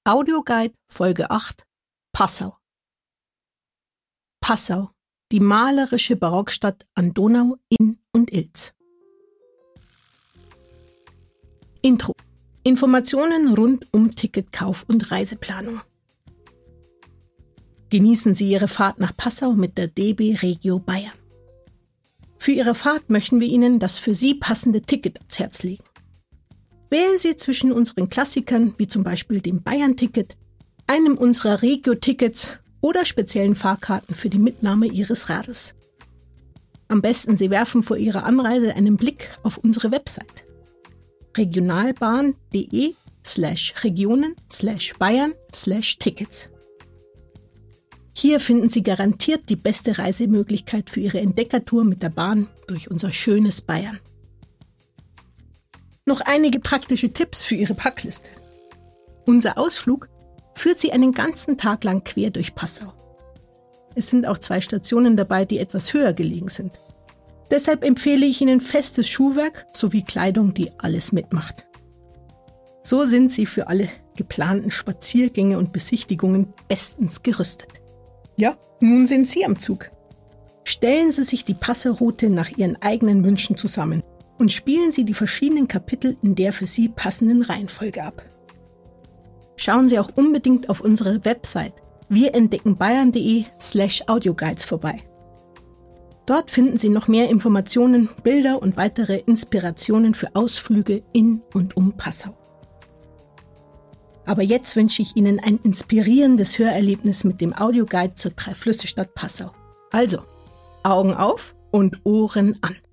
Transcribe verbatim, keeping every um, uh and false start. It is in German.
Audioguide Folge acht Passau. Passau, die malerische Barockstadt an Donau, Inn und Ilz. Intro. Informationen rund um Ticketkauf und Reiseplanung. Genießen Sie Ihre Fahrt nach Passau mit der D B Regio Bayern. Für Ihre Fahrt möchten wir Ihnen das für Sie passende Ticket ans Herz legen. Wählen Sie zwischen unseren Klassikern, wie zum Beispiel dem Bayern-Ticket, einem unserer Regio-Tickets oder speziellen Fahrkarten für die Mitnahme Ihres Rades. Am besten Sie werfen vor Ihrer Anreise einen Blick auf unsere Website regionalbahn.de slash regionen slash Bayern slash Tickets. Hier finden Sie garantiert die beste Reisemöglichkeit für Ihre Entdeckertour mit der Bahn durch unser schönes Bayern. Noch einige praktische Tipps für Ihre Packliste. Unser Ausflug führt Sie einen ganzen Tag lang quer durch Passau. Es sind auch zwei Stationen dabei, die etwas höher gelegen sind. Deshalb empfehle ich Ihnen festes Schuhwerk sowie Kleidung, die alles mitmacht. So sind Sie für alle geplanten Spaziergänge und Besichtigungen bestens gerüstet. Ja, nun sind Sie am Zug. Stellen Sie sich die Passau-Route nach Ihren eigenen Wünschen zusammen und spielen Sie die verschiedenen Kapitel in der für Sie passenden Reihenfolge ab. Schauen Sie auch unbedingt auf unsere Website wirentdeckenbayern.de slash audioguides vorbei. Dort finden Sie noch mehr Informationen, Bilder und weitere Inspirationen für Ausflüge in und um Passau. Aber jetzt wünsche ich Ihnen ein inspirierendes Hörerlebnis mit dem Audioguide zur Dreiflüsse-Stadt Passau. Also, Augen auf und Ohren an!